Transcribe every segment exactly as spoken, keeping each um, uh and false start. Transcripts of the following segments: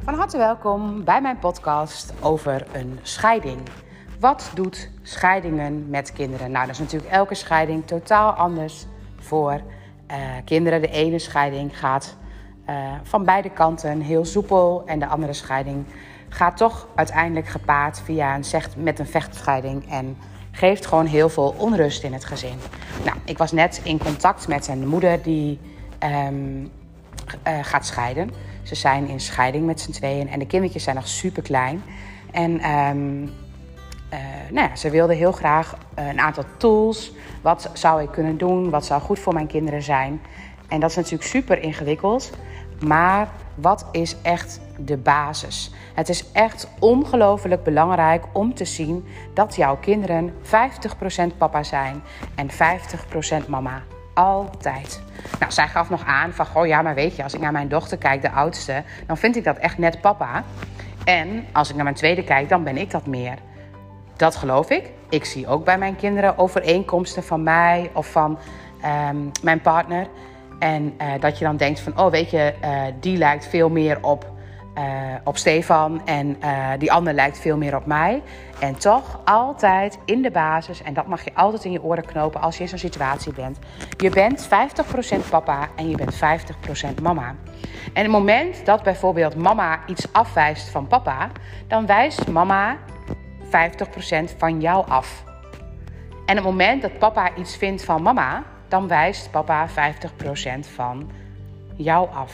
Van harte welkom bij mijn podcast over een scheiding. Wat doet scheidingen met kinderen? Nou, dat is natuurlijk elke scheiding totaal anders voor uh, kinderen. De ene scheiding gaat uh, van beide kanten heel soepel en de andere scheiding gaat toch uiteindelijk gepaard via een zecht, met een vechtscheiding en geeft gewoon heel veel onrust in het gezin. Nou, ik was net in contact met een moeder die um, uh, gaat scheiden. Ze zijn in scheiding met z'n tweeën en de kindertjes zijn nog super klein. En um, uh, nou ja, ze wilde heel graag uh, een aantal tools. Wat zou ik kunnen doen? Wat zou goed voor mijn kinderen zijn? En dat is natuurlijk super ingewikkeld. Maar wat is echt de basis? Het is echt ongelooflijk belangrijk om te zien dat jouw kinderen vijftig procent papa zijn en vijftig procent mama. Altijd. Nou, zij gaf nog aan van, goh ja, maar weet je, als ik naar mijn dochter kijk, de oudste, dan vind ik dat echt net papa. En als ik naar mijn tweede kijk, dan ben ik dat meer. Dat geloof ik. Ik zie ook bij mijn kinderen overeenkomsten van mij of van um, mijn partner. En uh, dat je dan denkt van, oh weet je, uh, die lijkt veel meer op, uh, op Stefan en uh, die ander lijkt veel meer op mij. En toch altijd in de basis, en dat mag je altijd in je oren knopen als je in zo'n situatie bent. Je bent vijftig procent papa en je bent vijftig procent mama. En het moment dat bijvoorbeeld mama iets afwijst van papa, dan wijst mama vijftig procent van jou af. En het moment dat papa iets vindt van mama, dan wijst papa vijftig procent van jou af.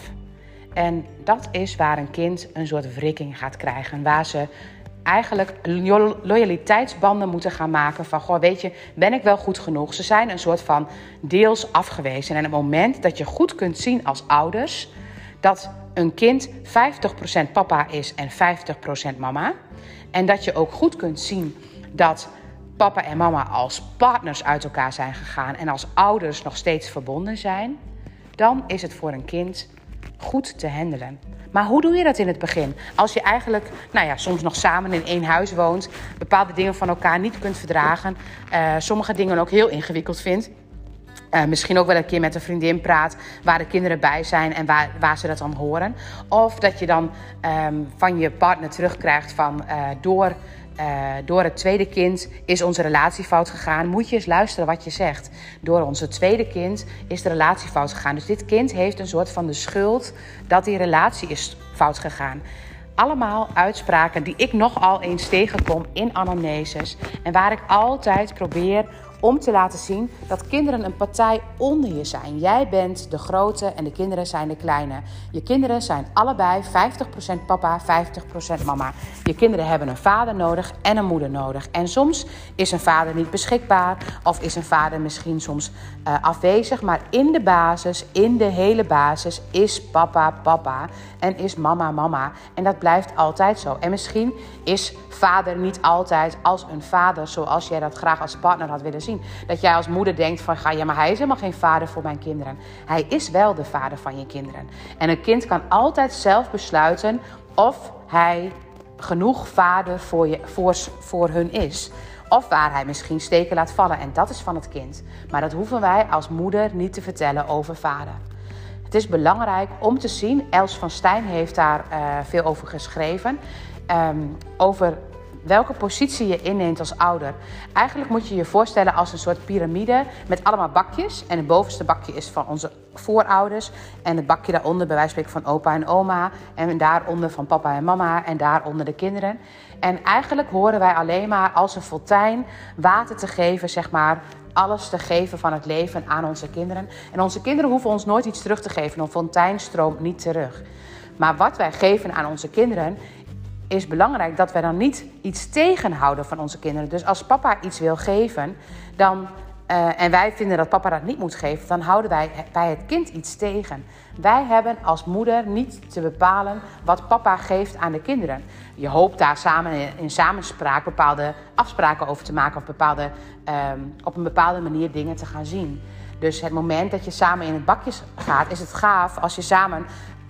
En dat is waar een kind een soort wrikking gaat krijgen. Waar ze eigenlijk loyaliteitsbanden moeten gaan maken van, goh, weet je, ben ik wel goed genoeg? Ze zijn een soort van deels afgewezen. En het moment dat je goed kunt zien als ouders dat een kind vijftig procent papa is en vijftig procent mama. En dat je ook goed kunt zien dat papa en mama als partners uit elkaar zijn gegaan en als ouders nog steeds verbonden zijn, dan is het voor een kind goed te handelen. Maar hoe doe je dat in het begin? Als je eigenlijk, nou ja, soms nog samen in één huis woont, bepaalde dingen van elkaar niet kunt verdragen, uh, sommige dingen ook heel ingewikkeld vindt. Uh, misschien ook wel een keer met een vriendin praat waar de kinderen bij zijn en waar, waar ze dat dan horen. Of dat je dan um, van je partner terugkrijgt van uh, door... Uh, door het tweede kind is onze relatie fout gegaan. Moet je eens luisteren wat je zegt. Door onze tweede kind is de relatie fout gegaan. Dus dit kind heeft een soort van de schuld dat die relatie is fout gegaan. Allemaal uitspraken die ik nogal eens tegenkom in anamneses. En waar ik altijd probeer om te laten zien dat kinderen een partij onder je zijn. Jij bent de grote en de kinderen zijn de kleine. Je kinderen zijn allebei vijftig procent papa, vijftig procent mama. Je kinderen hebben een vader nodig en een moeder nodig. En soms is een vader niet beschikbaar of is een vader misschien soms uh, afwezig. Maar in de basis, in de hele basis is papa papa en is mama mama. En dat blijft altijd zo. En misschien is vader niet altijd als een vader zoals jij dat graag als partner had willen zien. Dat jij als moeder denkt van, ga ja, maar hij is helemaal geen vader voor mijn kinderen. Hij is wel de vader van je kinderen. En een kind kan altijd zelf besluiten of hij genoeg vader voor, je, voor, voor hun is. Of waar hij misschien steken laat vallen. En dat is van het kind. Maar dat hoeven wij als moeder niet te vertellen over vader. Het is belangrijk om te zien, Els van Stijn heeft daar uh, veel over geschreven, um, over welke positie je inneemt als ouder. Eigenlijk moet je je voorstellen als een soort piramide met allemaal bakjes. En het bovenste bakje is van onze voorouders. En het bakje daaronder bij wijze van spreken van opa en oma. En daaronder van papa en mama. En daaronder de kinderen. En eigenlijk horen wij alleen maar als een fontein water te geven, zeg maar, alles te geven van het leven aan onze kinderen. En onze kinderen hoeven ons nooit iets terug te geven. Een fontein stroomt niet terug. Maar wat wij geven aan onze kinderen is belangrijk dat wij dan niet iets tegenhouden van onze kinderen. Dus als papa iets wil geven, dan, uh, en wij vinden dat papa dat niet moet geven, dan houden wij bij het kind iets tegen. Wij hebben als moeder niet te bepalen wat papa geeft aan de kinderen. Je hoopt daar samen in, in samenspraak bepaalde afspraken over te maken of bepaalde, um, op een bepaalde manier dingen te gaan zien. Dus het moment dat je samen in het bakje gaat, is het gaaf als je samen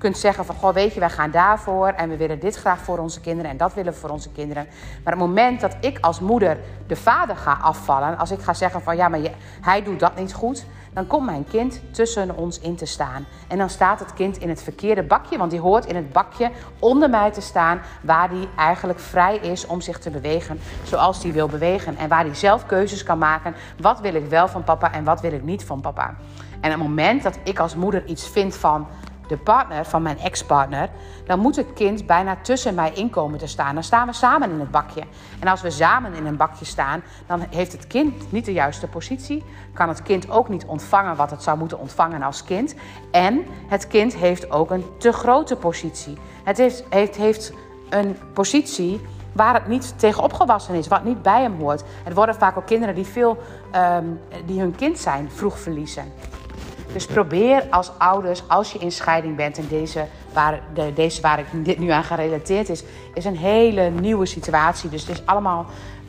kunt zeggen van, goh, weet je, wij gaan daarvoor en we willen dit graag voor onze kinderen en dat willen we voor onze kinderen. Maar op het moment dat ik als moeder de vader ga afvallen, als ik ga zeggen van, ja, maar je, hij doet dat niet goed, dan komt mijn kind tussen ons in te staan. En dan staat het kind in het verkeerde bakje, want die hoort in het bakje onder mij te staan, waar hij eigenlijk vrij is om zich te bewegen zoals hij wil bewegen. En waar hij zelf keuzes kan maken, wat wil ik wel van papa en wat wil ik niet van papa. En op het moment dat ik als moeder iets vind van de partner, van mijn ex-partner, dan moet het kind bijna tussen mij in komen te staan. Dan staan we samen in het bakje. En als we samen in een bakje staan, dan heeft het kind niet de juiste positie. Kan het kind ook niet ontvangen wat het zou moeten ontvangen als kind. En het kind heeft ook een te grote positie. Het heeft, heeft, heeft een positie waar het niet tegen opgewassen is, wat niet bij hem hoort. Het worden vaak ook kinderen die, veel, um, die hun kind zijn vroeg verliezen. Dus probeer als ouders, als je in scheiding bent, en deze waar, de, deze waar ik dit nu aan gerelateerd is, is een hele nieuwe situatie. Dus het is allemaal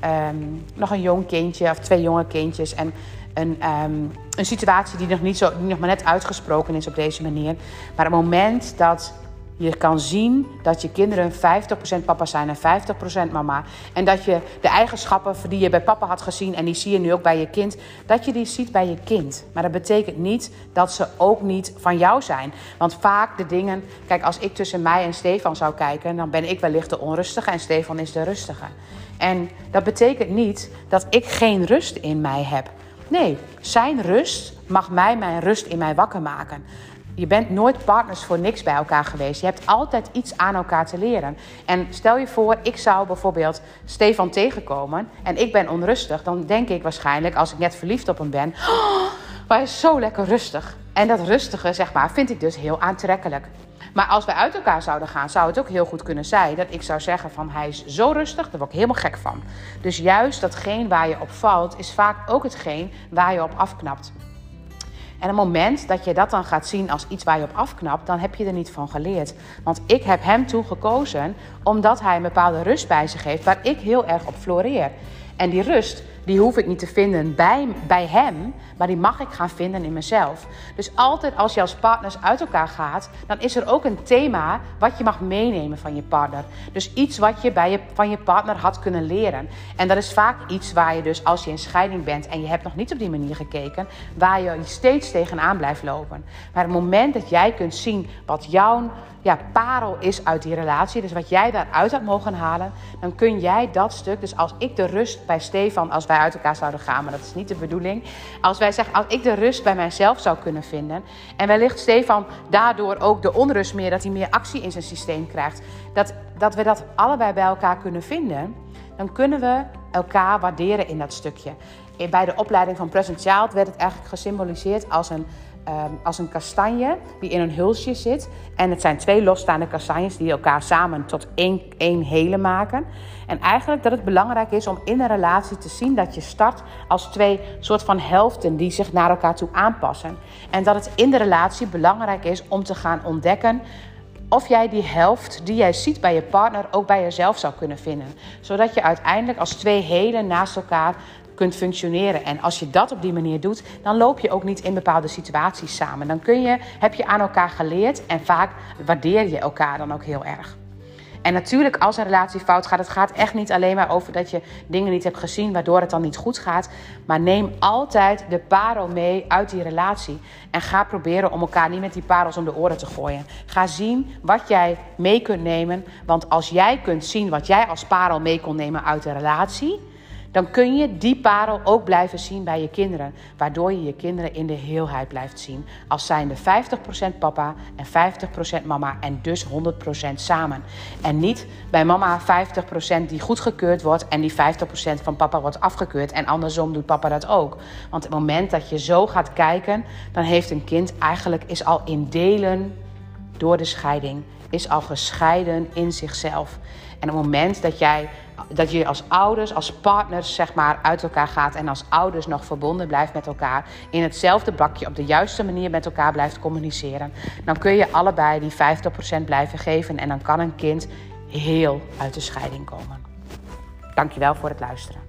um, nog een jong kindje of twee jonge kindjes. En een, um, een situatie die nog, niet zo, die nog maar net uitgesproken is op deze manier. Maar op het moment dat je kan zien dat je kinderen vijftig procent papa zijn en vijftig procent mama. En dat je de eigenschappen die je bij papa had gezien, en die zie je nu ook bij je kind, dat je die ziet bij je kind. Maar dat betekent niet dat ze ook niet van jou zijn. Want vaak de dingen, kijk, als ik tussen mij en Stefan zou kijken, dan ben ik wellicht de onrustige en Stefan is de rustige. En dat betekent niet dat ik geen rust in mij heb. Nee, zijn rust mag mij mijn rust in mij wakker maken. Je bent nooit partners voor niks bij elkaar geweest. Je hebt altijd iets aan elkaar te leren. En stel je voor, ik zou bijvoorbeeld Stefan tegenkomen en ik ben onrustig. Dan denk ik waarschijnlijk, als ik net verliefd op hem ben, oh, hij is zo lekker rustig. En dat rustige, zeg maar, vind ik dus heel aantrekkelijk. Maar als we uit elkaar zouden gaan, zou het ook heel goed kunnen zijn dat ik zou zeggen van, hij is zo rustig, daar word ik helemaal gek van. Dus juist datgene waar je op valt, is vaak ook hetgeen waar je op afknapt. En op het moment dat je dat dan gaat zien als iets waar je op afknapt, dan heb je er niet van geleerd. Want ik heb hem toen gekozen omdat hij een bepaalde rust bij zich heeft waar ik heel erg op floreer. En die rust, die hoef ik niet te vinden bij, bij hem, maar die mag ik gaan vinden in mezelf. Dus altijd als je als partners uit elkaar gaat, dan is er ook een thema wat je mag meenemen van je partner. Dus iets wat je, bij je van je partner had kunnen leren. En dat is vaak iets waar je dus, als je in scheiding bent en je hebt nog niet op die manier gekeken, waar je steeds tegenaan blijft lopen. Maar op het moment dat jij kunt zien wat jouw ja, parel is uit die relatie, dus wat jij daaruit had mogen halen, dan kun jij dat stuk, dus als ik de rust bij Stefan, als wij uit elkaar zouden gaan, maar dat is niet de bedoeling, als wij zeggen, als ik de rust bij mijzelf zou kunnen vinden, en wellicht Stefan daardoor ook de onrust meer, dat hij meer actie in zijn systeem krijgt, dat, dat we dat allebei bij elkaar kunnen vinden, dan kunnen we elkaar waarderen in dat stukje. Bij de opleiding van Present Child werd het eigenlijk gesymboliseerd als een Um, als een kastanje die in een hulsje zit. En het zijn twee losstaande kastanjes die elkaar samen tot één, één hele maken. En eigenlijk dat het belangrijk is om in een relatie te zien dat je start als twee soort van helften die zich naar elkaar toe aanpassen. En dat het in de relatie belangrijk is om te gaan ontdekken of jij die helft die jij ziet bij je partner ook bij jezelf zou kunnen vinden. Zodat je uiteindelijk als twee helen naast elkaar kunt functioneren. En als je dat op die manier doet, dan loop je ook niet in bepaalde situaties samen. Dan kun je, heb je aan elkaar geleerd en vaak waardeer je elkaar dan ook heel erg. En natuurlijk, als een relatie fout gaat, het gaat echt niet alleen maar over dat je dingen niet hebt gezien, waardoor het dan niet goed gaat. Maar neem altijd de parel mee uit die relatie. En ga proberen om elkaar niet met die parels om de oren te gooien. Ga zien wat jij mee kunt nemen. Want als jij kunt zien wat jij als parel mee kon nemen uit de relatie, dan kun je die parel ook blijven zien bij je kinderen. Waardoor je je kinderen in de heelheid blijft zien. Als zijnde vijftig procent papa en vijftig procent mama en dus honderd procent samen. En niet bij mama vijftig procent die goedgekeurd wordt en die vijftig procent van papa wordt afgekeurd. En andersom doet papa dat ook. Want op het moment dat je zo gaat kijken, dan heeft een kind eigenlijk is al in delen door de scheiding. Is al gescheiden in zichzelf. En op het moment dat jij dat je als ouders, als partners zeg maar uit elkaar gaat en als ouders nog verbonden blijft met elkaar, in hetzelfde bakje op de juiste manier met elkaar blijft communiceren, dan kun je allebei die vijftig procent blijven geven en dan kan een kind heel uit de scheiding komen. Dankjewel voor het luisteren.